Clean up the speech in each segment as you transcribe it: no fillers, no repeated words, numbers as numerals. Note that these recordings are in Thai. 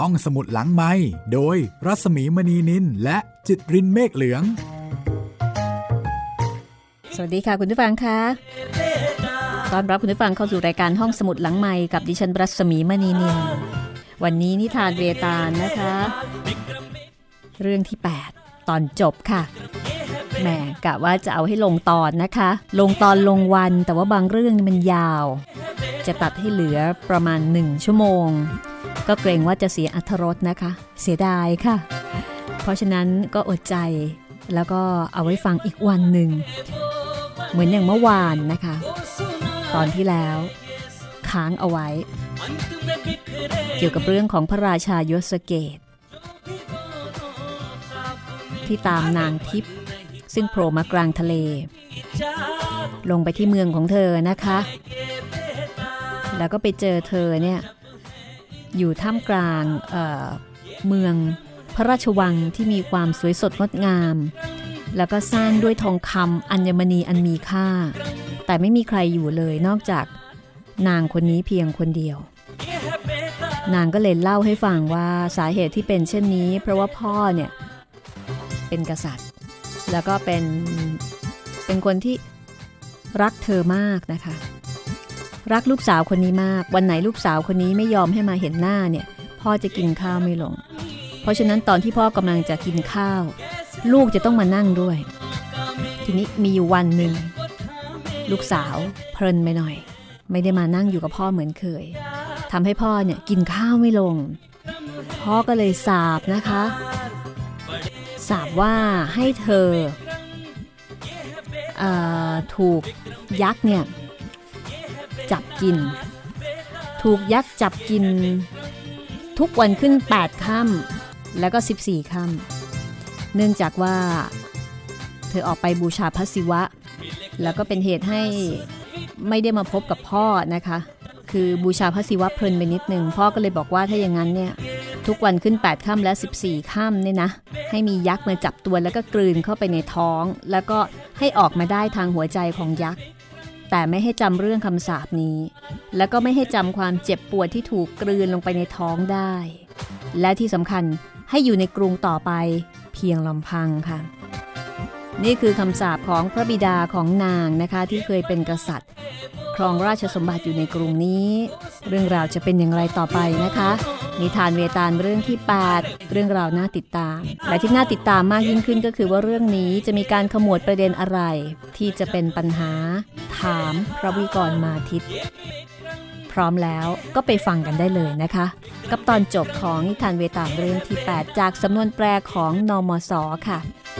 ห้องสมุดหลังไมค์โดยรัศมีมณีนินและจิตรินเมฆเหลืองสวัสดีค่ะคุณผู้ฟังค่ะต้อนรับคุณผู้ฟังเข้าสู่รายการห้องสมุดหลังไมค์กับดิฉันรัศมีมณีนินวันนี้นิทานเวตาลนะคะเรื่องที่8ตอนจบค่ะแหมกะว่าจะเอาให้ลงตอนนะคะลงตอนลงวันแต่ว่าบางเรื่องมันยาวจะตัดให้เหลือประมาณ1ชั่วโมงก็เกรงว่าจะเสียอรรถรสนะคะเสียดายค่ะเพราะฉะนั้นก็อดใจแล้วก็เอาไว้ฟังอีกวันหนึ่งเหมือนอย่างเมื่อวานนะคะตอนที่แล้วค้างเอาไว้เกี่ยวกับเรื่องของพระราชายศเกตที่ตามนางทิพย์ซึ่งโผล่มากลางทะเลลงไปที่เมืองของเธอนะคะแล้วก็ไปเจอเธอเนี่ยอยู่ท่ามกลางเมืองพระราชวังที่มีความสวยสดงดงามแล้วก็สร้างด้วยทองคำอัญมณีอันมีค่าแต่ไม่มีใครอยู่เลยนอกจากนางคนนี้เพียงคนเดียวนางก็เลยเล่าให้ฟังว่าสาเหตุที่เป็นเช่นนี้เพราะว่าพ่อเนี่ยเป็นกษัตริย์แล้วก็เป็นคนที่รักเธอมากนะคะรักลูกสาวคนนี้มากวันไหนลูกสาวคนนี้ไม่ยอมให้มาเห็นหน้าเนี่ยพ่อจะกินข้าวไม่ลงเพราะฉะนั้นตอนที่พ่อกำลังจะกินข้าวลูกจะต้องมานั่งด้วยทีนี้มีอยู่วันหนึ่งลูกสาวเพลินไปหน่อยไม่ได้มานั่งอยู่กับพ่อเหมือนเคยทำให้พ่อเนี่ยกินข้าวไม่ลงพ่อก็เลยสาปนะคะสาปว่าให้เธอถูกยักษ์เนี่ยจับกินถูกยักษ์จับกินทุกวันขึ้น8ค่ำแล้วก็14ค่ำเนื่องจากว่าเธอออกไปบูชาพระศิวะแล้วก็เป็นเหตุให้ไม่ได้มาพบกับพ่อนะคะคือบูชาพระศิวะเพลินไปนิดนึงพ่อก็เลยบอกว่าถ้าอย่างนั้นเนี่ยทุกวันขึ้น8ค่ำและ14ค่ำเนี่ยนะให้มียักษ์มาจับตัวแล้วก็กลืนเข้าไปในท้องแล้วก็ให้ออกมาได้ทางหัวใจของยักษ์แต่ไม่ให้จำเรื่องคำสาปนี้แล้วก็ไม่ให้จำความเจ็บปวดที่ถูกกลืนลงไปในท้องได้และที่สำคัญให้อยู่ในกรุงต่อไปเพียงลำพังค่ะนี่คือคำสาปของพระบิดาของนางนะคะที่เคยเป็นกษัตริย์ครองราชสมบัติอยู่ในกรุงนี้เรื่องราวจะเป็นอย่างไรต่อไปนะคะนิทานเวตาลเรื่องที่8เรื่องราวน่าติดตามและที่น่าติดตามมากยิ่งขึ้นก็คือว่าเรื่องนี้จะมีการขมวดประเด็นอะไรที่จะเป็นปัญหาถามพระวิกรมาทิตย์พร้อมแล้วก็ไปฟังกันได้เลยนะคะกับตอนจบของนิทานเวตาลเรื่องที่8จากสำนวนแปลของนมส.ค่ะ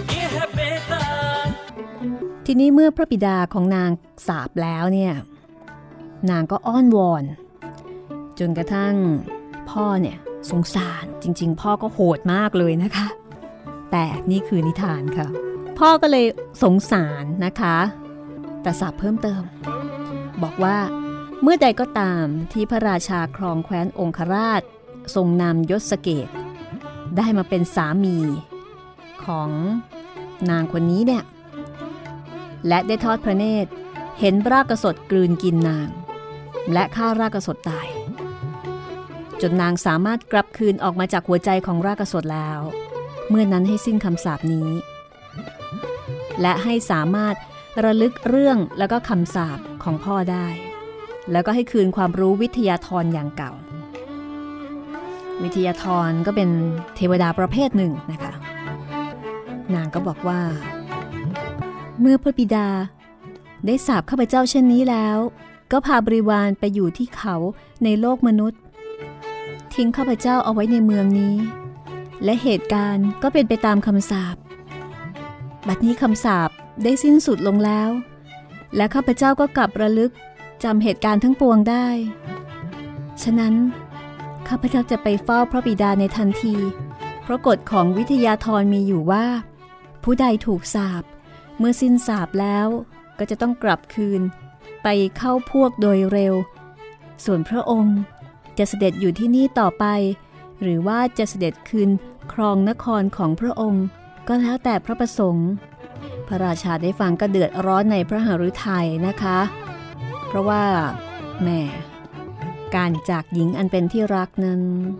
ทีนี้เมื่อพระบิดาของนางสาปแล้วเนี่ยนางก็อ้อนวอนจนกระทั่งพ่อเนี่ยสงสารจริงๆพ่อก็โหดมากเลยนะคะแต่นี่คือนิทานค่ะพ่อก็เลยสงสารนะคะแต่สาปเพิ่มเติมบอกว่าเมื่อใดก็ตามที่พระราชาครองแคว้นองคราชทรงนำยศเกตได้มาเป็นสามีของนางคนนี้เนี่ยและได้ทอดพระเนตรเห็นรากสดกลืนกินนางและฆ่ารากสดตายจนนางสามารถกลับคืนออกมาจากหัวใจของรากสดแล้วเมื่อนั้นให้สิ้นคำสาปนี้และให้สามารถระลึกเรื่องแล้วก็คำสาปของพ่อได้แล้วก็ให้คืนความรู้วิทยาธรอย่างเก่าวิทยาธรก็เป็นเทวดาประเภทหนึ่งนะคะนางก็บอกว่าเมื่อพระบิดาได้สาปข้าพเจ้าเช่นนี้แล้วก็พาบริวารไปอยู่ที่เขาในโลกมนุษย์ทิ้งข้าพเจ้าเอาไว้ในเมืองนี้และเหตุการณ์ก็เป็นไปตามคำสาปบัดนี้คำสาปได้สิ้นสุดลงแล้วและข้าพเจ้าก็กลับระลึกจำเหตุการณ์ทั้งปวงได้ฉะนั้นข้าพเจ้าจะไปเฝ้าพระบิดาในทันทีเพราะกฎของวิทยาธรมีอยู่ว่าผู้ใดถูกสาปเมื่อสิ้นสาปแล้วก็จะต้องกลับคืนไปเข้าพวกโดยเร็วส่วนพระองค์จะเสด็จอยู่ที่นี่ต่อไปหรือว่าจะเสด็จคืนครองนครของพระองค์ก็แล้วแต่พระประสงค์พระราชาได้ฟังก็เดือดร้อนในพระหฤทัยนะคะเพราะว่าแม่การจากหญิงอันเป็นที่รักนั้น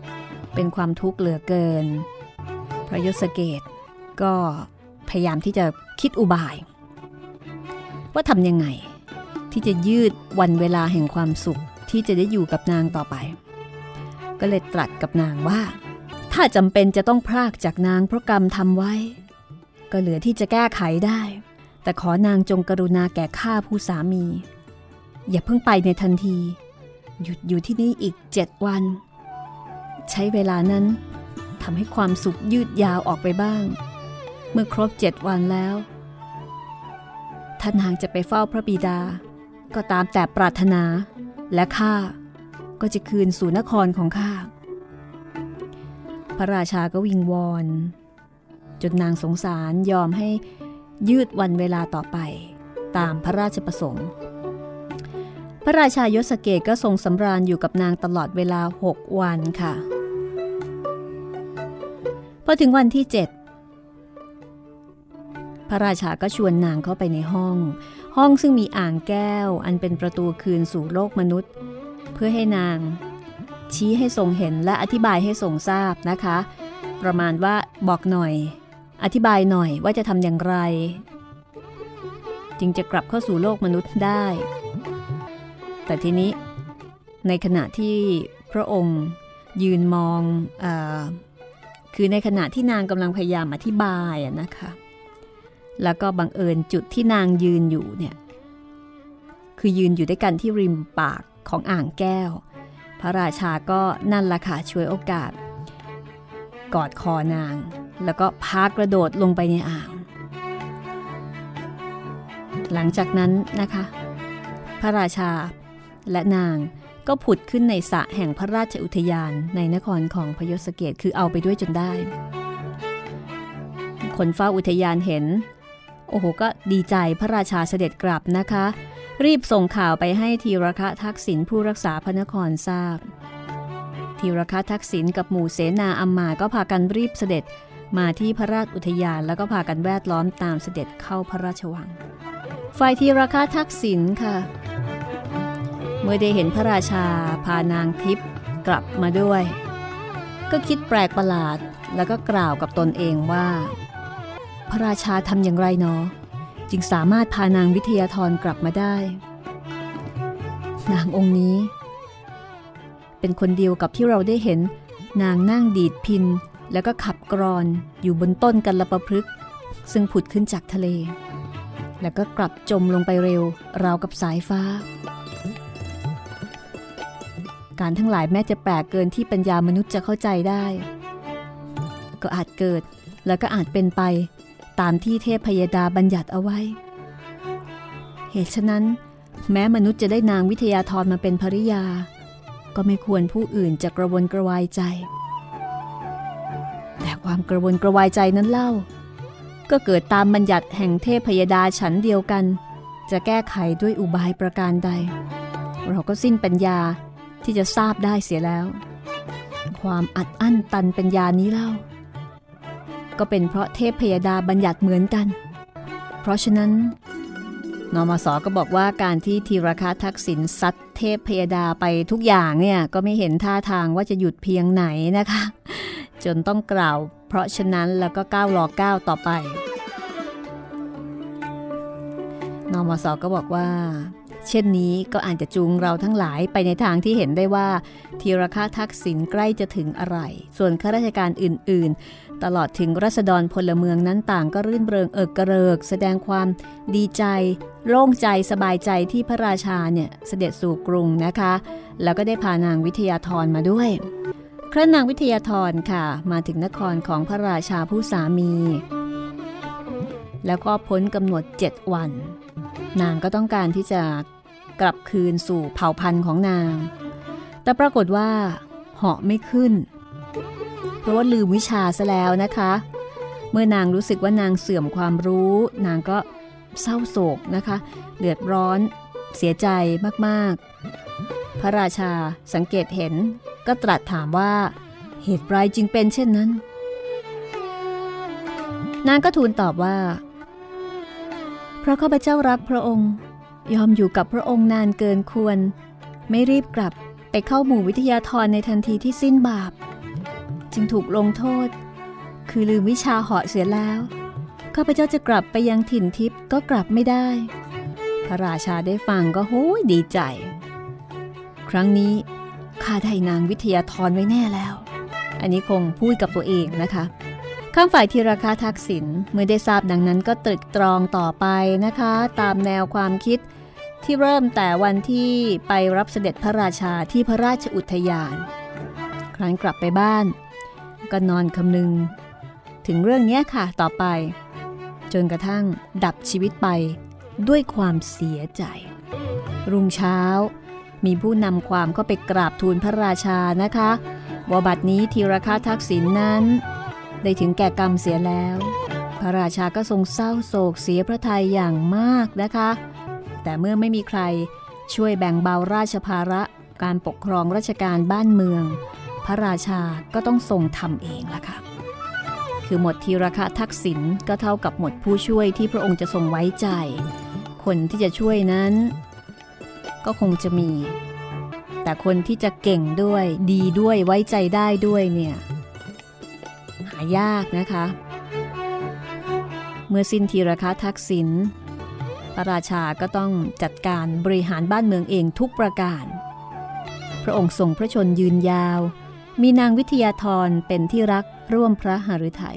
เป็นความทุกข์เหลือเกินพระยศเกตก็พยายามที่จะคิดอุบายว่าทำยังไงที่จะยืดวันเวลาแห่งความสุขที่จะได้อยู่กับนางต่อไปก็เลยตรัสกับนางว่าถ้าจำเป็นจะต้องพรากจากนางเพราะกรรมทำไว้ก็เหลือที่จะแก้ไขได้แต่ขอนางจงกรุณาแก่ข้าผู้สามีอย่าเพิ่งไปในทันทีหยุดอยู่ที่นี่อีก7 วันใช้เวลานั้นทำให้ความสุขยืดยาวออกไปบ้างเมื่อครบ7 วันแล้วถ้านางจะไปเฝ้าพระบิดาก็ตามแต่ปรารถนาและข้าก็จะคืนสู่นครของข้าพระราชาก็วิงวอนจนนางสงสารยอมให้ยืดวันเวลาต่อไปตามพระราชประสงค์พระราชายศเกตก็ทรงสำราญอยู่กับนางตลอดเวลา6 วันค่ะพอถึงวันที่7พระราชาก็ชวนนางเข้าไปในห้องซึ่งมีอ่างแก้วอันเป็นประตูคืนสู่โลกมนุษย์เพื่อให้นางชี้ให้ทรงเห็นและอธิบายให้ทรงทราบนะคะประมาณว่าบอกหน่อยอธิบายหน่อยว่าจะทำอย่างไรจึงจะกลับเข้าสู่โลกมนุษย์ได้แต่ทีนี้ในขณะที่พระองค์ยืนมองคือในขณะที่นางกำลังพยายามอธิบายนะคะแล้วก็บังเอิญจุดที่นางยืนอยู่เนี่ยคือยืนอยู่ด้วยกันที่ริมปากของอ่างแก้วพระราชาก็นั่นละค่ะช่วยโอกาสกอดคอนางแล้วก็พากระโดดลงไปในอ่างหลังจากนั้นนะคะพระราชาและนางก็ผุดขึ้นในสระแห่งพระราชอุทยานในนครของพยศเกตคือเอาไปด้วยจนได้คนเฝ้าอุทยานเห็นโอ้โหก็ดีใจพระราชาเสด็จกลับนะคะรีบส่งข่าวไปให้ธีรคะทักษิณผู้รักษาพระนครทราบธีรคะทักษิณกับหมู่เสนาอัมมาก็พากันรีบเสด็จมาที่พระราชอุทยานแล้วก็พากันแวดล้อมตามเสด็จเข้าพระราชวังฝ่ายธีรคะทักษิณค่ะเมื่อได้เห็นพระราชาพานางทิพย์กลับมาด้วยก็คิดแปลกประหลาดแล้วก็กล่าวกับตนเองว่าพระราชาทำอย่างไรเนาะจึงสามารถพานางวิทยาธรกลับมาได้นางองค์นี้เป็นคนเดียวกับที่เราได้เห็นนางนั่งดีดพิณแล้วก็ขับกรอนอยู่บนต้นกัลปพฤกษ์ซึ่งผุดขึ้นจากทะเลแล้วก็กลับจมลงไปเร็วราวกับสายฟ้าการทั้งหลายแม้จะแปลกเกินที่ปัญญามนุษย์จะเข้าใจได้ก็อาจเกิดแล้วก็อาจเป็นไปตามที่เทพพยดาบัญญัติเอาไว้เหตุฉะนั้นแม้มนุษย์จะได้นางวิทยาธรมาเป็นภริยาก็ไม่ควรผู้อื่นจะกระวนกระวายใจแต่ความกระวนกระวายใจนั้นเล่าก็เกิดตามบัญญัติแห่งเทพพยดาฉันเดียวกันจะแก้ไขด้วยอุบายประการใดเราก็สิ้นปัญญาที่จะทราบได้เสียแล้วความอัดอั้นตันปัญญานี้เล่าก็เป็นเพราะเทพพยดาบัญญัติเหมือนกันเพราะฉะนั้นนมส.ก็บอกว่าการที่ธีรคะทักษิณซัดเทพพยดาไปทุกอย่างเนี่ยก็ไม่เห็นท่าทางว่าจะหยุดเพียงไหนนะคะจนต้องกล่าวเพราะฉะนั้นแล้วก็ก้าวรอก้าวต่อไปนมส.ก็บอกว่าเช่นนี้ก็อาจจะจูงเราทั้งหลายไปในทางที่เห็นได้ว่าธีรคะทักษิณใกล้จะถึงอะไรส่วนข้าราชการอื่นๆตลอดถึงราษฎรพลเมืองนั้นต่างก็รื่นเริงกระเริกแสดงความดีใจโล่งใจสบายใจที่พระราชาเนี่ยเสด็จสู่กรุงนะคะแล้วก็ได้พานางวิทยาธรมาด้วยครั้นนางวิทยาธรค่ะมาถึงนครของพระราชาผู้สามีแล้วก็พ้นกำหนด7 วันนางก็ต้องการที่จะกลับคืนสู่เผ่าพันธุ์ของนางแต่ปรากฏว่าเหาะไม่ขึ้นเพราะว่าลืมวิชาซะแล้วนะคะเมื่อนางรู้สึกว่านางเสื่อมความรู้นางก็เศร้าโศกนะคะเดือดร้อนเสียใจมากๆพระราชาสังเกตเห็นก็ตรัสถามว่าเหตุไรจึงเป็นเช่นนั้นนางก็ทูลตอบว่าเพราะข้าพเจ้ารักพระองค์ยอมอยู่กับพระองค์นานเกินควรไม่รีบกลับไปเข้าหมู่วิทยาธรในทันทีที่สิ้นบาปจึงถูกลงโทษคือลืมวิชาเหาะเสียแล้วข้าพเจ้าจะกลับไปยังถิ่นทิพย์ก็กลับไม่ได้พระราชาได้ฟังก็โหยดีใจครั้งนี้ข้าได้นางวิทยาธรไว้แน่แล้วอันนี้คงพูดกับตัวเองนะคะข้างฝ่ายธีรคาทักษิณเมื่อได้ทราบดังนั้นก็ตรึกตรองต่อไปนะคะตามแนวความคิดที่เริ่มแต่วันที่ไปรับเสด็จพระราชาที่พระราชอุทยานครั้นกลับไปบ้านก็นอนคำนึงถึงเรื่องนี้ค่ะต่อไปจนกระทั่งดับชีวิตไปด้วยความเสียใจรุ่งเช้ามีผู้นำความก็ไปกราบทูลพระราชานะคะว่าบัดนี้ธีรคาทักษิณนั้นได้ถึงแก่กรรมเสียแล้วพระราชาก็ทรงเศร้าโศกเสียพระทัยอย่างมากนะคะแต่เมื่อไม่มีใครช่วยแบ่งเบาราชภาระการปกครองราชการบ้านเมืองพระราชาก็ต้องทรงทำเองล่ะค่ะคือหมดธีรคาทักษิณก็เท่ากับหมดผู้ช่วยที่พระองค์จะทรงไว้ใจคนที่จะช่วยนั้นก็คงจะมีแต่คนที่จะเก่งด้วยดีด้วยไว้ใจได้ด้วยเนี่ยหายากนะคะเมื่อสิ้นธีรคาทักษิณพระราชาก็ต้องจัดการบริหารบ้านเมืองเองทุกประการพระองค์ทรงพระชนยืนยาวมีนางวิทยาธรเป็นที่รักร่วมพระหฤทัย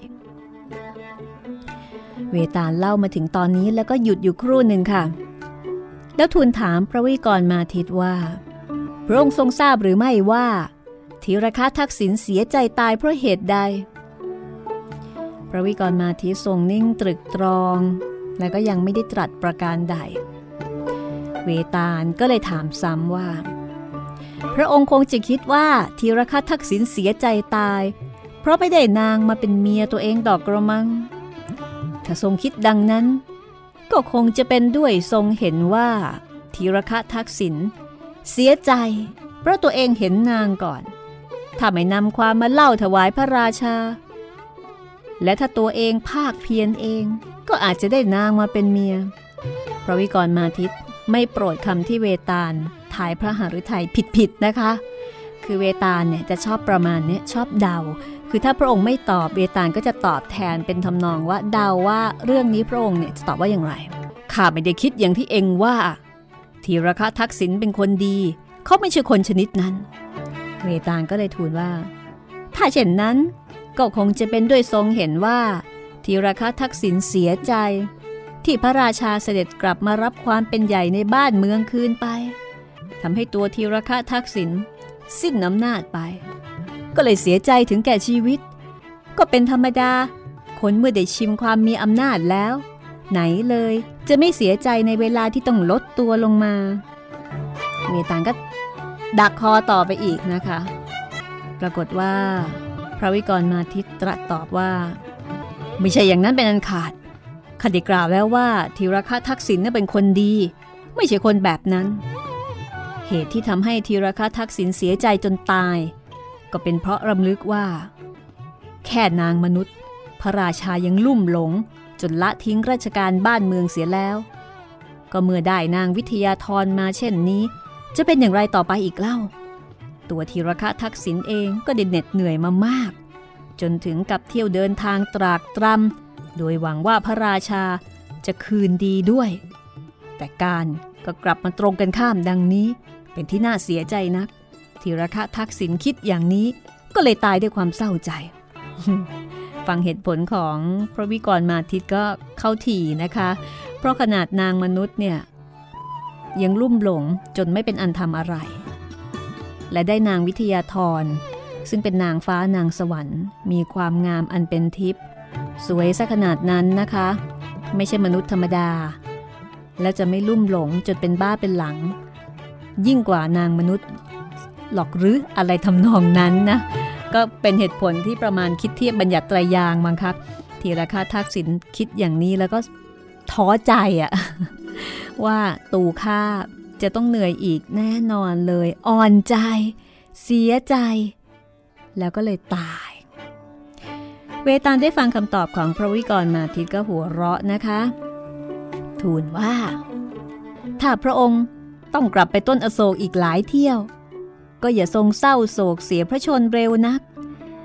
เวตาลเล่ามาถึงตอนนี้แล้วก็หยุดอยู่ครู่หนึ่งค่ะแล้วทูลถามพระวิกรมาทิตว่าพระองค์ทรงทราบหรือไม่ว่าธีรคาทักษิณเสียใจตายเพราะเหตุใดพระวิกรมาทิตทรงนิ่งตรึกตรองและก็ยังไม่ได้ตรัสประการใดเวตาลก็เลยถามซ้ำว่าพระองค์คงจะคิดว่าธีรคาทักษิณเสียใจตายเพราะไม่ได้นางมาเป็นเมียตัวเองดอกกระมังถ้าทรงคิดดังนั้นก็คงจะเป็นด้วยทรงเห็นว่าธีรคาทักษิณเสียใจเพราะตัวเองเห็นนางก่อนถ้าไม่นำความมาเล่าถวายพระราชาและถ้าตัวเองภาคเพียรเองก็อาจจะได้นางมาเป็นเมียพระวิกรมาทิตไม่โปรดคำที่เวตาลถ่ายพระหฤทัยผิดนะคะคือเวตาลเนี่ยจะชอบประมาณนี้ชอบเดาคือถ้าพระองค์ไม่ตอบเวตาลก็จะตอบแทนเป็นทำนองว่าเดาว่าเรื่องนี้พระองค์เนี่ยจะตอบว่าอย่างไรข้าไม่ได้คิดอย่างที่เองว่าธีรคาทักษิณเป็นคนดีเขาไม่ใช่คนชนิดนั้นเวตาลก็เลยทูลว่าถ้าเช่นนั้นก็คงจะเป็นด้วยทรงเห็นว่าธีรคาทักษิณเสียใจที่พระราชาเสด็จกลับมารับความเป็นใหญ่ในบ้านเมืองคืนไปทำให้ตัวธีรคาทักษิณสิ้นอำนาจไปก็เลยเสียใจถึงแก่ชีวิตก็เป็นธรรมดาคนเมื่อได้ชิมความมีอำนาจแล้วไหนเลยจะไม่เสียใจในเวลาที่ต้องลดตัวลงมาเวตาลก็ดักคอต่อไปอีกนะคะปรากฏว่าพระวิกรมาทิตตรัสตอบว่าไม่ใช่อย่างนั้นเป็นอันขาดข้าได้กล่าวแล้วว่าธีรคาทักษิณเป็นคนดีไม่ใช่คนแบบนั้นเหตุที่ทำให้ธีรคาทักษิณเสียใจจนตายก็เป็นเพราะรำลึกว่าแค่นางมนุษย์พระราชายังลุ่มหลงจนละทิ้งราชการบ้านเมืองเสียแล้วก็เมื่อได้นางวิทยาธรมาเช่นนี้จะเป็นอย่างไรต่อไปอีกเล่าตัวธีรคาทักษิณเองก็ได้เหน็ดเหนื่อยมามากจนถึงกับเที่ยวเดินทางตรากตรำโดยหวังว่าพระราชาจะคืนดีด้วยแต่การก็กลับมาตรงกันข้ามดังนี้เป็นที่น่าเสียใจนักธีรคาทักษิณคิดอย่างนี้ก็เลยตายด้วยความเศร้าใจ ฟังเหตุผลของพระวิกรมาทิตก็เข้าถี่นะคะเพราะขนาดนางมนุษย์เนี่ยยังลุ่มหลงจนไม่เป็นอันทำอะไรและได้นางวิทยาธรซึ่งเป็นนางฟ้านางสวรรค์มีความงามอันเป็นทิพย์สวยซะขนาดนั้นนะคะไม่ใช่มนุษย์ธรรมดาและจะไม่ลุ่มหลงจนเป็นบ้าเป็นหลังยิ่งกว่านางมนุษย์หรอกหรืออะไรทำนองนั้นนะก็เป็นเหตุผลที่ประมาณคิดเทียบบัญญัติไตรยางค์มั้งครับธีรคาทักษิณคิดอย่างนี้แล้วก็ท้อใจอะ ว่าตู่ข้าจะต้องเหนื่อยอีกแน่นอนเลยอ่อนใจเสียใจแล้วก็เลยตายเวตาลได้ฟังคำตอบของพระวิกรมาทิตก็หัวเราะนะคะทูลว่าถ้าพระองค์ต้องกลับไปต้นอโศกอีกหลายเที่ยวก็อย่าทรงเศร้าโศกเสียพระชนเร็วนักท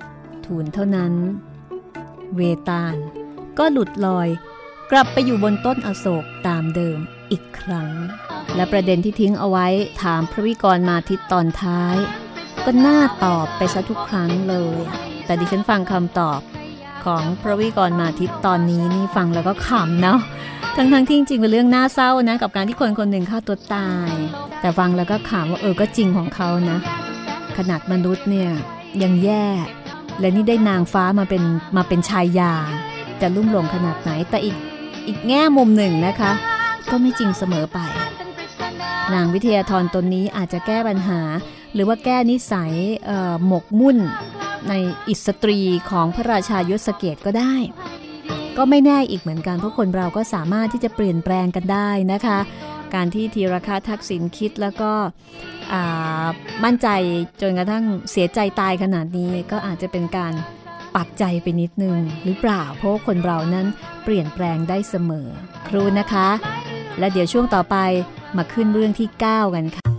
ทูลเท่านั้นเวตาลก็หลุดลอยกลับไปอยู่บนต้นอโศกตามเดิมอีกครั้งและประเด็นที่ทิ้งเอาไว้ถามพระวิกรมาทิตตอนท้ายก็น่าตอบไปซะทุกครั้งเลยแต่ดิฉันฟังคำตอบของพระวิกรมาทิตตอนนี้นี่ฟังแล้วก็ขำเนาะทั้งที่จริงเป็นเรื่องน่าเศร้านะกับการที่คนคนหนึ่งฆ่าตัวตายแต่ฟังแล้วก็ขำว่าก็จริงของเขานะขนาดมนุษย์เนี่ยยังแย่และนี่ได้นางฟ้ามาเป็นชายาจะลุ่มหลงขนาดไหนแต่อีกแง่มุมหนึ่งนะคะก็ไม่จริงเสมอไปนางวิทยาธรตนนี้อาจจะแก้ปัญหาหรือว่าแก้นิสัยหมกมุ่นในอิสตรีของพระราชายศเกตก็ได้ก็ไม่แน่อีกเหมือนกันเพราะคนเราก็สามารถที่จะเปลี่ยนแปลงกันได้นะคะการที่ธีรคทักษิณคิดแล้วก็มั่นใจจนกระทั่งเสียใจตายขนาดนี้ก็อาจจะเป็นการปักใจไปนิดนึงหรือเปล่าเพราะคนเรานั้นเปลี่ยนแปลงได้เสมอครูนะคะและเดี๋ยวช่วงต่อไปมาขึ้นเรื่องที่9กันค่ะ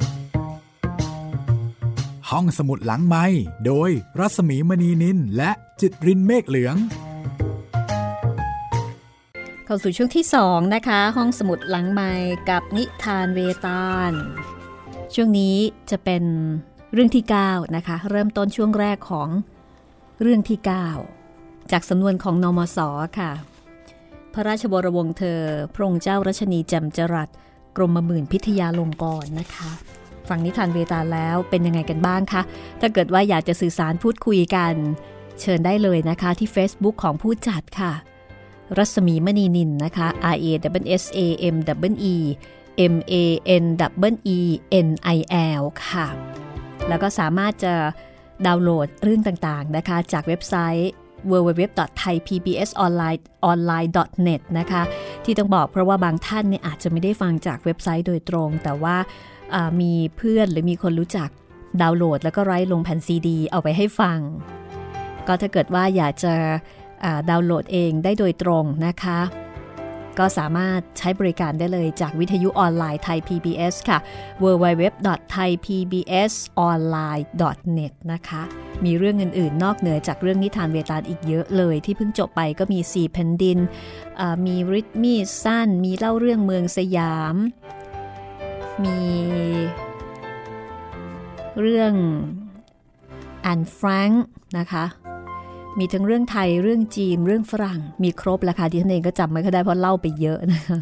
ห้องสมุดหลังไมค์โดยรัศมีมณีนินและจิตรินเมฆเหลืองเข้าสู่ช่วงที่2นะคะห้องสมุดหลังไมค์กับนิทานเวตาลช่วงนี้จะเป็นเรื่องที่9นะคะเริ่มต้นช่วงแรกของเรื่องที่9จากสำนวนของนมส.ค่ะพระราชวรวงศ์เธอพระองค์เจ้ารัชนีแจ่มจรัสกรมหมื่นพิทยาลงกรณ์นะคะฟังนิทานเวตาลแล้วเป็นยังไงกันบ้างคะถ้าเกิดว่าอยากจะสื่อสารพูดคุยกันเชิญได้เลยนะคะที่ Facebook ของผู้จัดค่ะรัศมีมณีนินนะคะ RASAMEMANENIL ค่ะแล้วก็สามารถจะดาวน์โหลดเรื่องต่างๆนะคะจากเว็บไซต์ www.thaipbsonline.net นะคะที่ต้องบอกเพราะว่าบางท่านเนี่ยอาจจะไม่ได้ฟังจากเว็บไซต์โดยตรงแต่ว่ามีเพื่อนหรือมีคนรู้จักดาวน์โหลดแล้วก็ไร้ลงแผ่นซีดีเอาไปให้ฟังก็ถ้าเกิดว่าอยากจะดาวน์โหลดเองได้โดยตรงนะคะก็สามารถใช้บริการได้เลยจากวิทยุออนไลน์ไทย PBS ค่ะ www.thaipbsonline.net นะคะมีเรื่องอื่นๆนอกเหนือจากเรื่องนิทานเวตาลอีกเยอะเลยที่เพิ่งจบไปก็มี4แผ่นดินมีริทมีสั้นมีเล่าเรื่องเมืองสยามมีเรื่องแอนแฟรงค์นะคะมีทั้งเรื่องไทยเรื่องจีนเรื่องฝรั่งมีครบแล้วค่ะที่ท่านเองก็จำไม่ค่อยได้เพราะเล่าไปเยอะนะคะ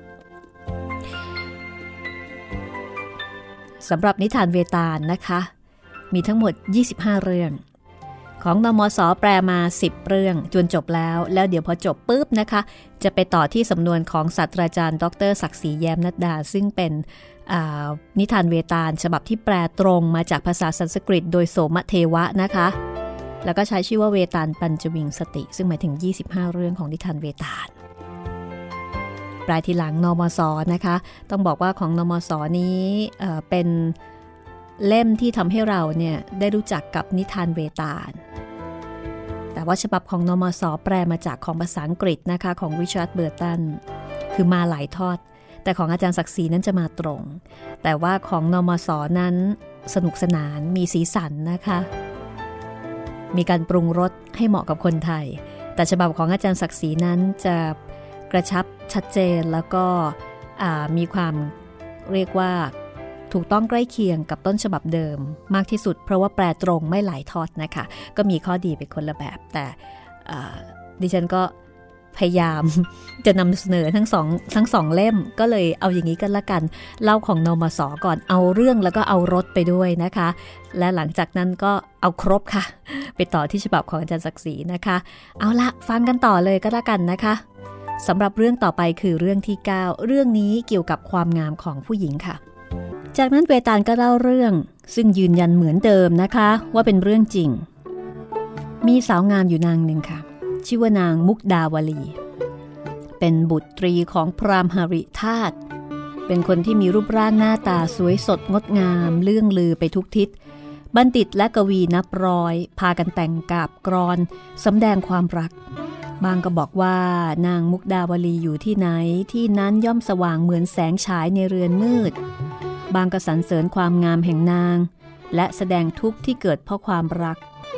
สำหรับนิทานเวตาลนะคะมีทั้งหมด25เรื่องของนมส.แปลมา10เรื่องจนจบแล้วเดี๋ยวพอจบปุ๊บนะคะจะไปต่อที่สำนวนของศาสตราจารย์ดร.ศักดิ์ศรีแย้มนัดดาซึ่งเป็นนิทานเวตาลฉบับที่แปลตรงมาจากภาษาสันสกฤตโดยโสมเทวะนะคะแล้วก็ใช้ชื่อว่าเวตาลปัญจวิงสติซึ่งหมายถึง25เรื่องของนิทานเวตาลแปลทีหลังนมส.นะคะต้องบอกว่าของนมส.นี้เป็นเล่มที่ทำให้เราเนี่ยได้รู้จักกับนิทานเวตาลแต่ว่าฉบับของนมส.แปลมาจากของภาษาอังกฤษนะคะของริชาร์ดเบอร์ตันคือมาหลายทอดแต่ของอาจารย์ศักดิ์ศรีนั้นจะมาตรงแต่ว่าของนมส.นั้นสนุกสนานมีสีสันนะคะมีการปรุงรสให้เหมาะกับคนไทยแต่ฉบับของอาจารย์ศักดิ์ศรีนั้นจะกระชับชัดเจนแล้วก็มีความเรียกว่าถูกต้องใกล้เคียงกับต้นฉบับเดิมมากที่สุดเพราะว่าแปลตรงไม่หลายทอดนะคะก็มีข้อดีเป็นคนละแบบแต่ดิฉันก็พยายามจะนำเสนอทั้งสองเล่มก็เลยเอาอย่างนี้กันละกันเล่าของนมส.ก่อนเอาเรื่องแล้วก็เอารสไปด้วยนะคะและหลังจากนั้นก็เอาครบค่ะไปต่อที่ฉบับของอาจารย์ศักดิ์ศรีนะคะเอาละฟังกันต่อเลยก็แล้วกันนะคะสำหรับเรื่องต่อไปคือเรื่องที่9เรื่องนี้เกี่ยวกับความงามของผู้หญิงค่ะจากนั้นเวตาลก็เล่าเรื่องซึ่งยืนยันเหมือนเดิมนะคะว่าเป็นเรื่องจริงมีสาวงามอยู่นางหนึ่งค่ะชื่อว่านางมุกดาวลีเป็นบุตรีของพราหมณ์หฤทัตเป็นคนที่มีรูปร่างหน้าตาสวยสดงดงามเลื่องลือไปทุกทิศบัณฑิตและกวีนับร้อยพากันแต่งกาบกรอนสำแดงความรักบางก็บอกว่านางมุกดาวลีอยู่ที่ไหนที่นั้นย่อมสว่างเหมือนแสงฉายในเรือนมืดบางก็สรรเสริญความงามแห่งนางและแสดงทุกข์ที่เกิดเพราะความรัก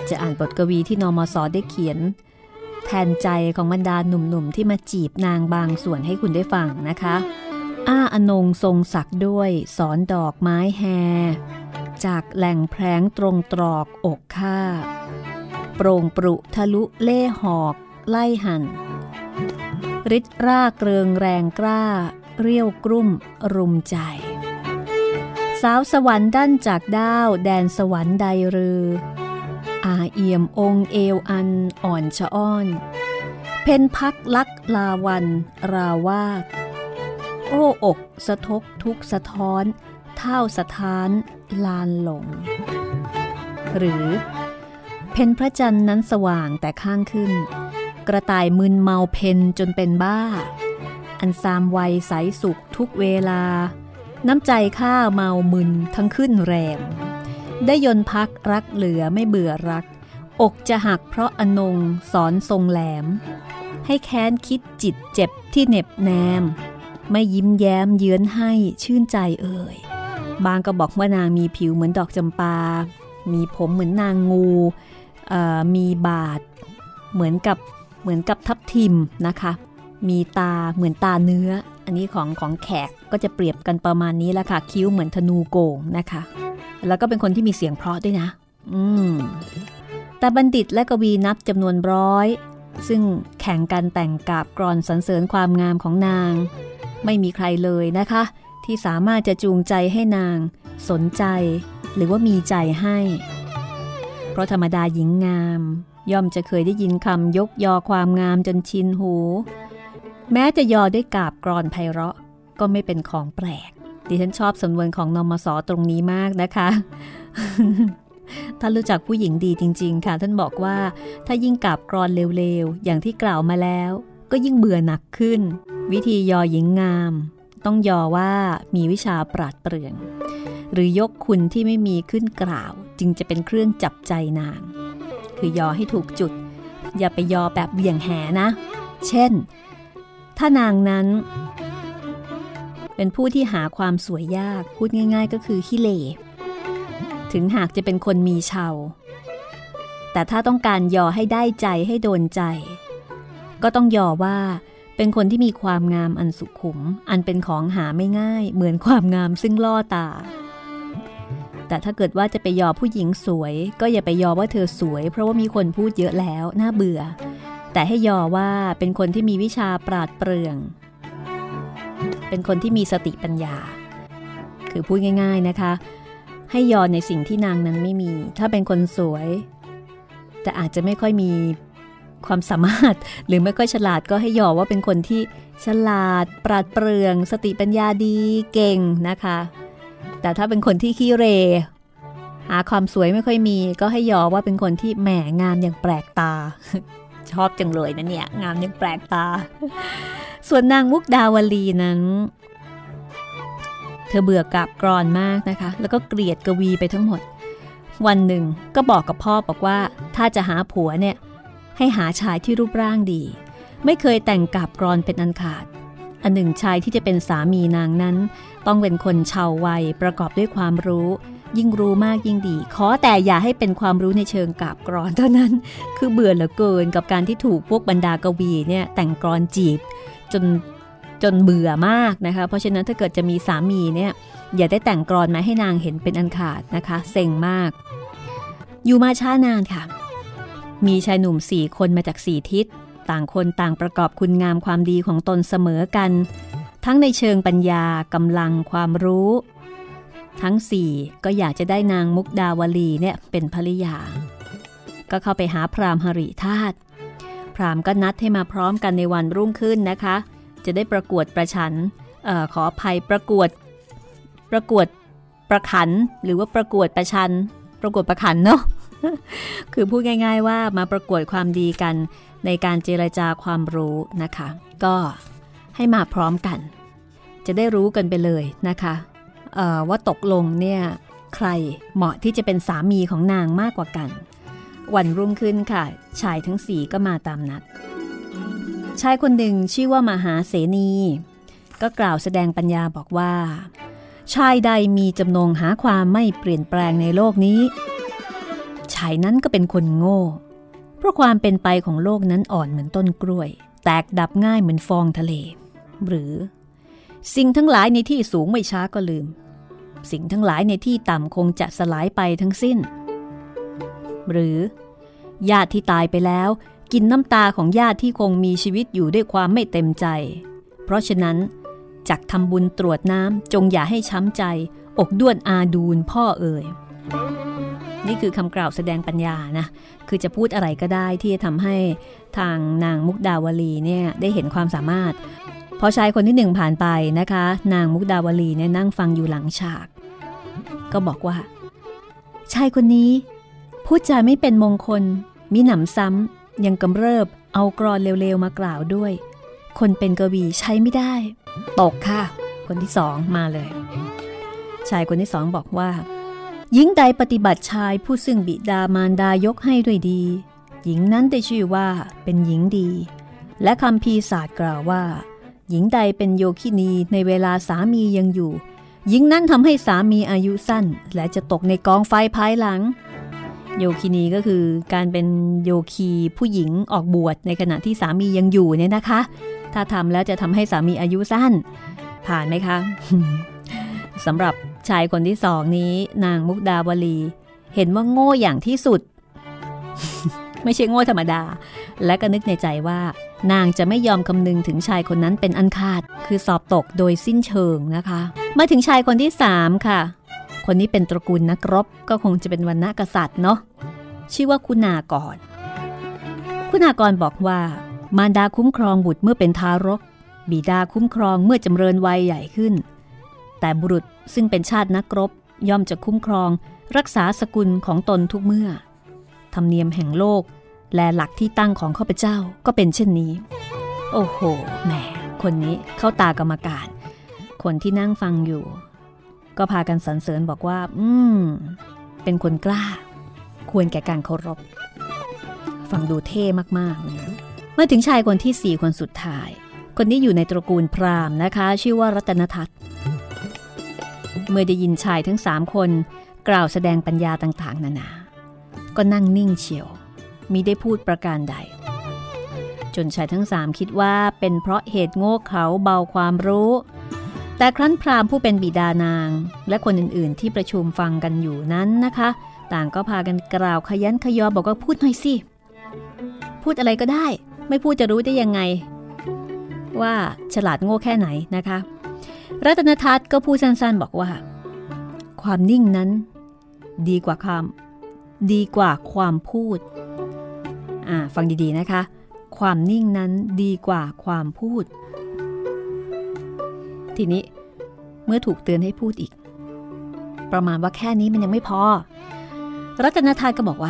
จะอ่านบทกวีที่นมส.ได้เขียนแทนใจของบรรดาหนุ่มๆที่มาจีบนางบางส่วนให้คุณได้ฟังนะคะอนงทรงศักดิ์ด้วยสอนดอกไม้แฮจากแหล่งแพร้งตรงตรอกอกข้าโปร่งปรุทะลุเล่หอกไล่หันฤทธิ์ร่าเกริงแรงกล้าเรียวกรุ่มรุมใจสาวสวรรค์ดั้นจากดาวแดนสวรรค์ใดรือเอี่ยมองค์เอวอันอ่อนชะอ้อนเพ็ญพักลักลาวันราวาดโอ้อกสะทกทุกสะท้อนเท่าสถานลานหลงหรือเพ็ญพระจันทร์นั้นสว่างแต่ข้างขึ้นกระต่ายมึนเมาเพ็ญจนเป็นบ้าอันซามวัยใสสุขทุกเวลาน้ำใจข้าเมามึนทั้งขึ้นแรงได้ยนพักรักเหลือไม่เบื่อรักอกจะหักเพราะอนงสอนทรงแหลมให้แค้นคิดจิตเจ็บที่เหน็บแนมไม่ยิ้มแย้มเยื้อนให้ชื่นใจเอ่ยบางก็บอกว่านางมีผิวเหมือนดอกจำปามีผมเหมือนนางงูมีบาทเหมือนกับทับทิมนะคะมีตาเหมือนตาเนื้ออันนี้ของแขกก็จะเปรียบกันประมาณนี้แหละค่ะคิ้วเหมือนธนูโก่งนะคะแล้วก็เป็นคนที่มีเสียงเพราะด้วยนะแต่บัณฑิตและกวีนับจำนวนร้อยซึ่งแข่งกันแต่งกาบกรอนสรรเสริญความงามของนางไม่มีใครเลยนะคะที่สามารถจะจูงใจให้นางสนใจหรือว่ามีใจให้เพราะธรรมดาหญิงงามย่อมจะเคยได้ยินคำยกยอความงามจนชินหูแม้จะยอได้กาบกรอนไพเราะก็ไม่เป็นของแปลกดิฉันชอบสำนวนของนมส.ตรงนี้มากนะคะ ท่านรู้จักผู้หญิงดีจริงๆค่ะท่านบอกว่าถ้ายิ่งกาบกรอนเร็วๆอย่างที่กล่าวมาแล้วก็ยิ่งเบื่อหนักขึ้นวิธียอหญิงงามต้องยอว่ามีวิชาปราดเปรื่องหรือยกคุณที่ไม่มีขึ้นกล่าวจึงจะเป็นเครื่องจับใจนางคือยอให้ถูกจุดอย่าไปยอแบบเบี่ยงแหนะเช่นถ้านางนั้นเป็นผู้ที่หาความสวยยากพูดง่ายๆก็คือขี้เหร่ถึงหากจะเป็นคนมีเชาแต่ถ้าต้องการยอให้ได้ใจให้โดนใจก็ต้องยอว่าเป็นคนที่มีความงามอันสุขุมอันเป็นของหาไม่ง่ายเหมือนความงามซึ่งล่อตาแต่ถ้าเกิดว่าจะไปยอผู้หญิงสวยก็อย่าไปยอว่าเธอสวยเพราะว่ามีคนพูดเยอะแล้วน่าเบื่อแต่ให้ยอว่าเป็นคนที่มีวิชาปราดเปรื่องเป็นคนที่มีสติปัญญาคือพูดง่ายๆนะคะให้ยอในสิ่งที่นางนั้นไม่มีถ้าเป็นคนสวยแต่อาจจะไม่ค่อยมีความสามารถหรือไม่ค่อยฉลาดก็ให้ยอว่าเป็นคนที่ฉลาดปราดเปรื่องสติปัญญาดีเก่งนะคะแต่ถ้าเป็นคนที่ขี้เหร่หาความสวยไม่ค่อยมีก็ให้ยอว่าเป็นคนที่แหมงามอย่างแปลกตาชอบจังเลยนะเนี่ยงามอย่างแปลกตาส่วนนางมุกดาวลีนั้นเธอเบื่อกาบกรอนมากนะคะแล้วก็เกลียดกวีไปทั้งหมดวันหนึ่งก็บอกกับพ่อบอกว่าถ้าจะหาผัวเนี่ยให้หาชายที่รูปร่างดีไม่เคยแต่งกาบกรอนเป็นอันขาดอันหนึ่งชายที่จะเป็นสามีนางนั้นต้องเป็นคนชาววัยประกอบด้วยความรู้ยิ่งรู้มากยิ่งดีขอแต่อย่าให้เป็นความรู้ในเชิงกาบกรอนเท่านั้นคือเบื่อเหลือเกินกับการที่ถูกพวกบรรดากวีเนี่ยแต่งกรอนจีบจนเบื่อมากนะคะเพราะฉะนั้นถ้าเกิดจะมีสามีเนี่ยอย่าได้แต่งกรอนมาให้นางเห็นเป็นอันขาดนะคะเซ็งมากอยู่มาช้านานค่ะมีชายหนุ่ม4 คนมาจาก4 ทิศต่างคนต่างประกอบคุณงามความดีของตนเสมอกันทั้งในเชิงปัญญากำลังความรู้ทั้ง4ก็อยากจะได้นางมุกดาวลีเนี่ยเป็นภริยาก็เข้าไปหาพราหมณ์หฤทัศน์พราหมณ์ก็นัดให้มาพร้อมกันในวันรุ่งขึ้นนะคะจะได้ประกวดประชันขออภัยประกวดประขันหรือว่าประกวดประชันประกวดประขันเนาะ คือพูดง่ายๆว่ามาประกวดความดีกันในการเจรจาความรู้นะคะก็ให้มาพร้อมกันจะได้รู้กันไปเลยนะคะว่าตกลงเนี่ยใครเหมาะที่จะเป็นสามีของนางมากกว่ากันวันรุ่งขึ้นค่ะชายทั้ง4ก็มาตามนัดชายคนหนึ่งชื่อว่ามหาเสนีก็กล่าวแสดงปัญญาบอกว่าชายใดมีจำนงหาความไม่เปลี่ยนแปลงในโลกนี้ชายนั้นก็เป็นคนโง่เพราะความเป็นไปของโลกนั้นอ่อนเหมือนต้นกล้วยแตกดับง่ายเหมือนฟองทะเลหรือสิ่งทั้งหลายในที่สูงไม่ช้าก็ลืมสิ่งทั้งหลายในที่ต่ำคงจะสลายไปทั้งสิ้นหรือญาติที่ตายไปแล้วกินน้ำตาของญาติที่คงมีชีวิตอยู่ด้วยความไม่เต็มใจเพราะฉะนั้นจักทำบุญตรวจน้ำจงอย่าให้ช้ำใจอกด้วนอาดูลพ่อเอ่ยนี่คือคำกล่าวแสดงปัญญานะคือจะพูดอะไรก็ได้ที่จะทำให้ทางนางมุกดาวลีเนี่ยได้เห็นความสามารถพอชายคนที่หนึ่งผ่านไปนะคะนางมุกดาวลีเนี่ยนั่งฟังอยู่หลังฉากก็บอกว่าชายคนนี้พูดจาไม่เป็นมงคลมิหนำซ้ำยังกำเริบเอากลอนเร็วๆมากล่าวด้วยคนเป็นกวีใช้ไม่ได้ตกค่ะคนที่สองมาเลยชายคนที่สองบอกว่าหญิงใดปฏิบัติชายผู้ซึ่งบิดามารดายกให้ด้วยดีหญิงนั้นได้ชื่อว่าเป็นหญิงดีและคัมภีร์ศาสตร์กล่าวว่าหญิงใดเป็นโยคินีในเวลาสามียังอยู่หญิงนั้นทำให้สามีอายุสั้นและจะตกในกองไฟภายหลังโยคินีก็คือการเป็นโยคีผู้หญิงออกบวชในขณะที่สามียังอยู่เนี่ยนะคะถ้าทำแล้วจะทำให้สามีอายุสั้นผ่านไหมคะ สำหรับชายคนที่สองนี้นางมุกดาวลีเห็นว่าโง่อย่างที่สุด ไม่ใช่โง่ธรรมดาและก็นึกในใจว่านางจะไม่ยอมคำนึงถึงชายคนนั้นเป็นอันขาดคือสอบตกโดยสิ้นเชิงนะคะมาถึงชายคนที่สามค่ะคนนี้เป็นตระกูลนักรบก็คงจะเป็นวรรณกษัตริย์เนาะชื่อว่าคุณากรคุณากรบอกว่ามารดาคุ้มครองบุตรเมื่อเป็นทารกบิดาคุ้มครองเมื่อจำเริญวัยใหญ่ขึ้นแต่บุรุษซึ่งเป็นชาตินักรบย่อมจะคุ้มครองรักษาสกุลของตนทุกเมื่อธรรมเนียมแห่งโลกและหลักที่ตั้งของข้าพเจ้าก็เป็นเช่นนี้โอ้โหแหมคนนี้เข้าตากรรมการคนที่นั่งฟังอยู่ก็พากันสรรเสริญบอกว่าเป็นคนกล้าควรแก่การเคารพฟังดูเท่มากๆนะเมื่อถึงชายคนที่สี่คนสุดท้ายคนนี้อยู่ในตระกูลพราหมณ์นะคะชื่อว่ารัตนทัตเมื่อได้ยินชายทั้ง3คนกล่าวแสดงปัญญาต่างๆนานาก็นั่งนิ่งเฉียวมิได้พูดประการใดจนชายทั้ง3คิดว่าเป็นเพราะเหตุโง่เขลาเบาความรู้แต่ครั้นพราหมณ์ผู้เป็นบิดานางและคนอื่นๆที่ประชุมฟังกันอยู่นั้นนะคะต่างก็พากันกล่าวขยันขยอบอกว่าพูดหน่อยสิพูดอะไรก็ได้ไม่พูดจะรู้ได้ยังไงว่าฉลาดโง่แค่ไหนนะคะรัตนทัตก็พูดสั้นๆบอกว่าความนิ่งนั้นดีกว่าความพูดฟังดีๆนะคะความนิ่งนั้นดีกว่าความพูดทีนี้เมื่อถูกเตือนให้พูดอีกประมาณว่าแค่นี้มันยังไม่พอรัตนทัตก็บอกว่า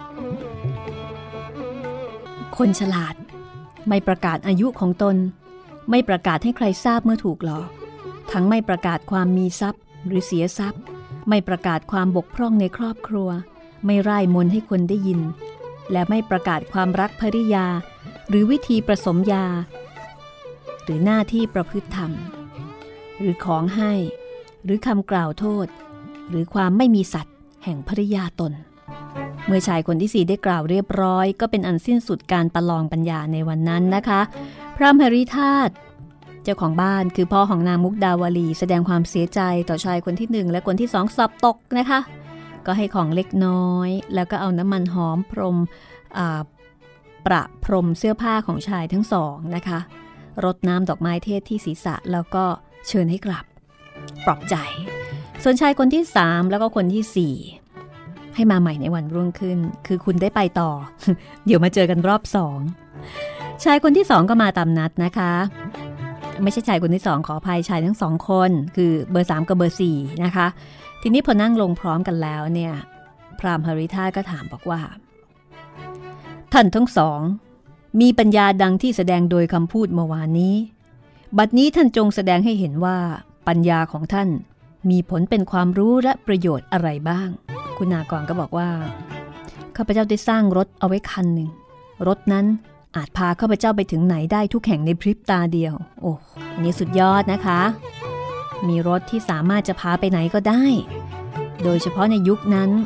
คนฉลาดไม่ประกาศอายุของตนไม่ประกาศให้ใครทราบเมื่อถูกหลอกทั้งไม่ประกาศความมีทรัพย์หรือเสียทรัพย์ไม่ประกาศความบกพร่องในครอบครัวไม่ร่ายมนต์ให้คนได้ยินและไม่ประกาศความรักภริยาหรือวิธีผสมยาหรือหน้าที่ประพฤติธรรมหรือของให้หรือคำกล่าวโทษหรือความไม่มีสัตย์แห่งภริยาตนเมื่อชายคนที่สี่ได้กล่าวเรียบร้อยก็เป็นอันสิ้นสุดการประลองปัญญาในวันนั้นนะคะพระมหริธาตุเจ้าของบ้านคือพ่อของนางมุกดาวลีแสดงความเสียใจต่อชายคนที่1และคนที่2สอบตกนะคะก็ให้ของเล็กน้อยแล้วก็เอาน้ำมันหอมพรมประพรมเสื้อผ้าของชายทั้งสองนะคะรดน้ำดอกไม้เทศที่ศีรษะแล้วก็เชิญให้กลับปลอบใจส่วนชายคนที่3แล้วก็คนที่4ให้มาใหม่ในวันรุ่งขึ้นคือคุณได้ไปต่อ เดี๋ยวมาเจอกันรอบ2ชายคนที่2ก็มาตามนัดนะคะไม่ใช่ชายคนที่2ขออภัยชายทั้ง2คนคือเบอร์3กับเบอร์4นะคะทีนี้พอนั่งลงพร้อมกันแล้วเนี่ยพราหมณ์หฤทัยก็ถามบอกว่าท่านทั้งสองมีปัญญาดังที่แสดงโดยคำพูดเมื่อวานนี้บัดนี้ท่านจงแสดงให้เห็นว่าปัญญาของท่านมีผลเป็นความรู้และประโยชน์อะไรบ้างคุณากรก็บอกว่าข้าพเจ้าได้สร้างรถเอาไว้คันหนึ่งรถนั้นอาจพาข้าพเจ้าไปถึงไหนได้ทุกแห่งในพริบตาเดียวโอ้อันนี้สุดยอดนะคะมีรถที่สามารถจะพาไปไหนก็ได้โดยเฉพาะในยุคนั้น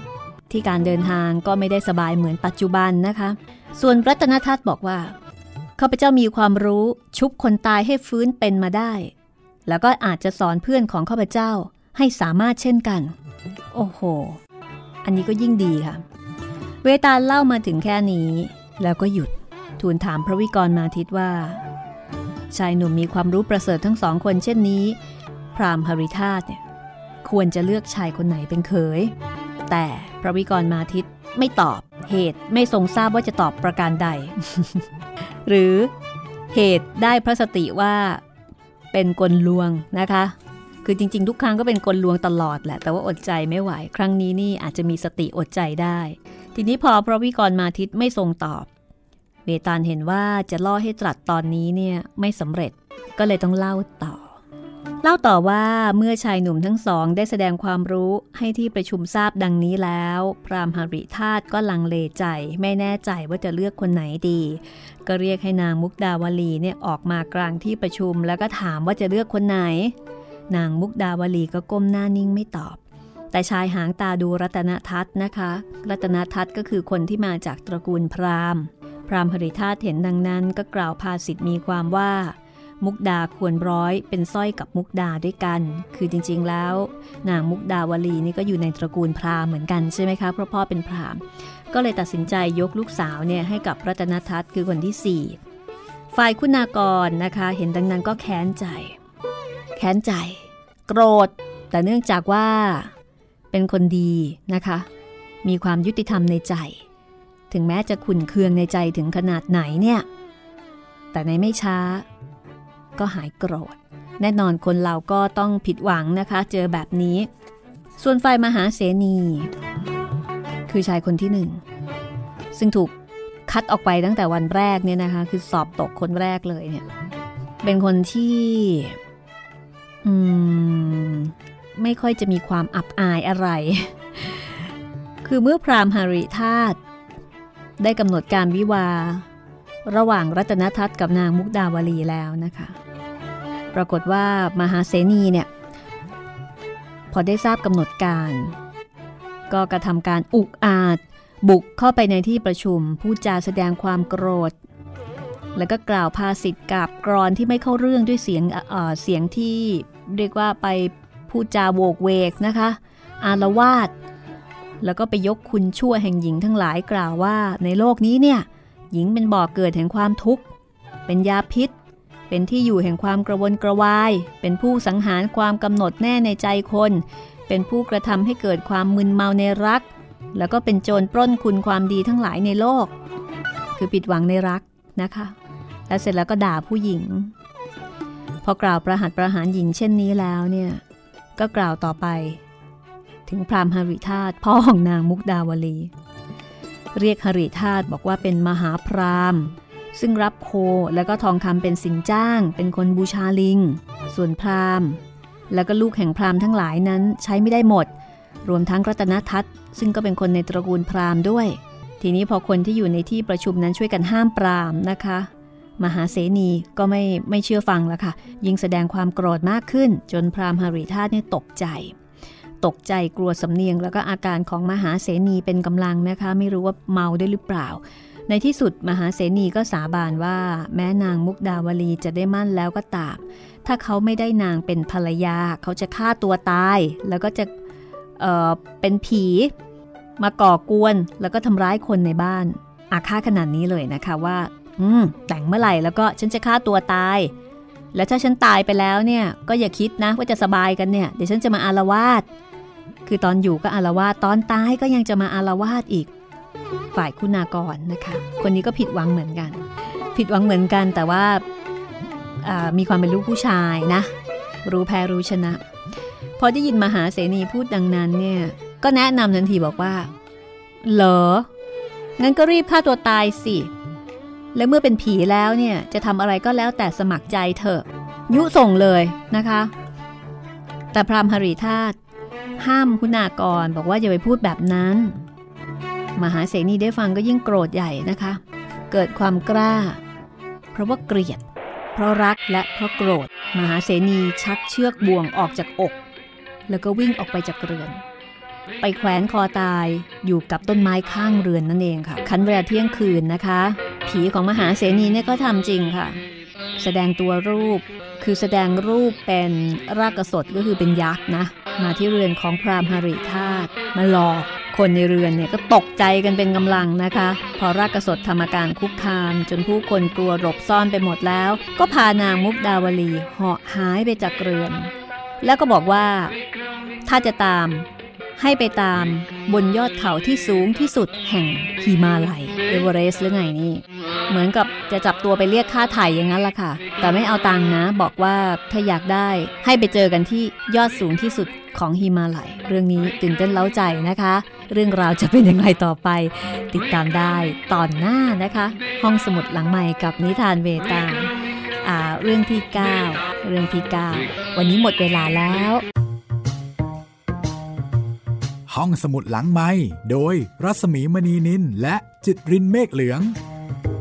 ที่การเดินทางก็ไม่ได้สบายเหมือนปัจจุบันนะคะส่วนรัตนทัศน์บอกว่าข้าพเจ้ามีความรู้ชุบคนตายให้ฟื้นเป็นมาได้แล้วก็อาจจะสอนเพื่อนของข้าพเจ้าให้สามารถเช่นกันโอ้โหอันนี้ก็ยิ่งดีค่ะเวตาลเล่ามาถึงแค่นี้แล้วก็หยุดทูลถามพระวิกรมาทิตว่าชายหนุ่มมีความรู้ประเสริฐทั้งสองคนเช่นนี้พราหมณ์หฤทัยเนี่ยควรจะเลือกชายคนไหนเป็นเขยแต่พระวิกรมาทิตไม่ตอบเหตุไม่ทรงทราบว่าจะตอบประการใด หรือเหตุได้พระสติว่าเป็นกลลวงนะคะคือจริงๆทุกครั้งก็เป็นกลลวงตลอดแหละแต่ว่าอดใจไม่ไหวครั้งนี้นี่อาจจะมีสติอดใจได้ทีนี้พอพระวิกรมาทิตไม่ทรงตอบเวตาลเห็นว่าจะล่อให้ตรัสตอนนี้เนี่ยไม่สำเร็จก็เลยต้องเล่าต่อว่าเมื่อชายหนุ่มทั้งสองได้แสดงความรู้ให้ที่ประชุมทราบดังนี้แล้วพราหมณ์หฤทัยก็ลังเลใจไม่แน่ใจว่าจะเลือกคนไหนดีก็เรียกให้นางมุกดาวลีเนี่ยออกมากลางที่ประชุมแล้วก็ถามว่าจะเลือกคนไหนนางมุกดาวลีก็ก้มหน้านิ่งไม่ตอบแต่ชายหางตาดูรัตนทัศน์นะคะรัตนทัศน์ก็คือคนที่มาจากตระกูลพราหมณ์หฤทัยเห็นดังนั้นก็กล่าวภาษิตมีความว่ามุกดาควรร้อยเป็นสร้อยกับมุกดาด้วยกันคือจริงๆแล้วนางมุกดาวลีนี่ก็อยู่ในตระกูลพราหมณ์เหมือนกันใช่ไหมคะเพราะพ่อเป็นพราหมณ์ก็เลยตัดสินใจยกลูกสาวเนี่ยให้กับรัตนทัศน์คือคนที่4ฝ่ายคุณากรนะคะเห็นดังนั้นก็แค้นใจโกรธแต่เนื่องจากว่าเป็นคนดีนะคะมีความยุติธรรมในใจถึงแม้จะขุ่นเคืองในใจถึงขนาดไหนเนี่ยแต่ในไม่ช้าก็หายโกรธแน่นอนคนเราก็ต้องผิดหวังนะคะเจอแบบนี้ส่วนฝ่ายมหาเสนีคือชายคนที่1ซึ่งถูกคัดออกไปตั้งแต่วันแรกเนี่ยนะคะคือสอบตกคนแรกเลยเนี่ยเป็นคนที่ไม่ค่อยจะมีความอับอายอะไร คือเมื่อพราหมณ์หฤทัยได้กำหนดการวิวาห์ระหว่างรัตนทัศน์กับนางมุกดาวลีแล้วนะคะปรากฏว่ามหาเสนีเนี่ยพอได้ทราบกำหนดการก็กระทำการอุกอาจบุกเข้าไปในที่ประชุมพูดจาแสดงความโกรธแล้วก็กล่าวภาษิตกาบกรอนที่ไม่เข้าเรื่องด้วยเสียงที่เรียกว่าไปพูดจาโวกเวกนะคะอาละวาดแล้วก็ไปยกคุณชั่วแห่งหญิงทั้งหลายกล่าวว่าในโลกนี้เนี่ยหญิงเป็นบ่อเกิดแห่งความทุกข์เป็นยาพิษเป็นที่อยู่แห่งความกระวนกระวายเป็นผู้สังหารความกำหนดแน่ในใจคนเป็นผู้กระทำให้เกิดความมึนเมาในรักแล้วก็เป็นโจรปล้นคุณความดีทั้งหลายในโลกคือผิดหวังในรักนะคะแล้วเสร็จแล้วก็ด่าผู้หญิงพอกล่าวประหัตประหารหญิงเช่นนี้แล้วเนี่ยก็กล่าวต่อไปถึงพราหมณ์หฤทัยพ่อของนางมุกดาวลีเรียกหฤทัยบอกว่าเป็นมหาพราหมณ์ซึ่งรับโคแล้วก็ทองคำเป็นสินจ้างเป็นคนบูชาลิงส่วนพราหมณ์แล้วก็ลูกแห่งพราหมณ์ทั้งหลายนั้นใช้ไม่ได้หมดรวมทั้งรัตนทัศน์ซึ่งก็เป็นคนในตระกูลพราหมณ์ด้วยทีนี้พอคนที่อยู่ในที่ประชุมนั้นช่วยกันห้ามปรามนะคะมหาเสนีก็ไม่เชื่อฟังแล้วค่ะยิ่งแสดงความโกรธมากขึ้นจนพราหมณ์หฤทัยเนี่ยตกใจกลัวสำเนียงแล้วก็อาการของมหาเสนีเป็นกำลังนะคะไม่รู้ว่าเมาได้หรือเปล่าในที่สุดมหาเสนีก็สาบานว่าแม้นางมุกดาวลีจะได้มั่นแล้วก็ตามถ้าเขาไม่ได้นางเป็นภรรยาเขาจะฆ่าตัวตายแล้วก็จะเป็นผีมาก่อกวนแล้วก็ทำร้ายคนในบ้านอาฆาตขนาดนี้เลยนะคะว่าแต่งเมื่อไหร่แล้วก็ฉันจะฆ่าตัวตายแล้วถ้าฉันตายไปแล้วเนี่ยก็อย่าคิดนะว่าจะสบายกันเนี่ยเดี๋ยวฉันจะมาอาละวาดคือตอนอยู่ก็อาละวาดตอนตายก็ยังจะมาอาละวาดอีกฝ่ายคุณากรนะคะคนนี้ก็ผิดหวังเหมือนกันแต่ว่ามีความเป็นลูกผู้ชายนะรู้แพ้รู้ชนะพอได้ยินมหาเสนีพูดดังนั้นเนี่ยก็แนะนำทันทีบอกว่าเหรองั้นก็รีบฆ่าตัวตายสิและเมื่อเป็นผีแล้วเนี่ยจะทำอะไรก็แล้วแต่สมัครใจเถอะยุส่งเลยนะคะแต่พราหมณ์หฤทัยห้ามคุณากรบอกว่าอย่าไปพูดแบบนั้นมหาเสนีได้ฟังก็ยิ่งโกรธใหญ่นะคะเกิดความกล้าเพราะว่าเกลียดเพราะรักและเพราะโกรธมหาเสนีชักเชือกบ่วงออกจากอกแล้วก็วิ่งออกไปจากเรือนไปแขวนคอตายอยู่กับต้นไม้ข้างเรือนนั่นเองค่ะคันเวลาเที่ยงคืนนะคะผีของมหาเสนีเนี่ยก็ทำจริงค่ะแสดงตัวรูปคือแสดงรูปเป็นรากสดก็คือเป็นยักษ์นะมาที่เรือนของพราหมณ์หฤทัยมาหลอกคนในเรือนเนี่ยก็ตกใจกันเป็นกำลังนะคะพอรากสดทำอาการคุกคามจนผู้คนกลัวหลบซ่อนไปหมดแล้วก็พานางมุกดาวลีเหาะหายไปจากเรือนแล้วก็บอกว่าถ้าจะตามให้ไปตามบนยอดเขาที่สูงที่สุดแห่งหิมาลัยเอเวอเรสต์หรือไงนี่เหมือนกับจะจับตัวไปเรียกค่าไถ่อย่างนั้นล่ะค่ะแต่ไม่เอาตังค์นะบอกว่าถ้าอยากได้ให้ไปเจอกันที่ยอดสูงที่สุดของหิมาลัยเรื่องนี้ตื่นเต้นเล้าใจนะคะเรื่องราวจะเป็นอย่างไรต่อไปติดตามได้ตอนหน้านะคะห้องสมุดหลังใหม่กับนิทานเวตาลเรื่องที่9วันนี้หมดเวลาแล้วห้องสมุดหลังไมค์โดยรัศมีมณีนินและจิตรินเมฆเหลือง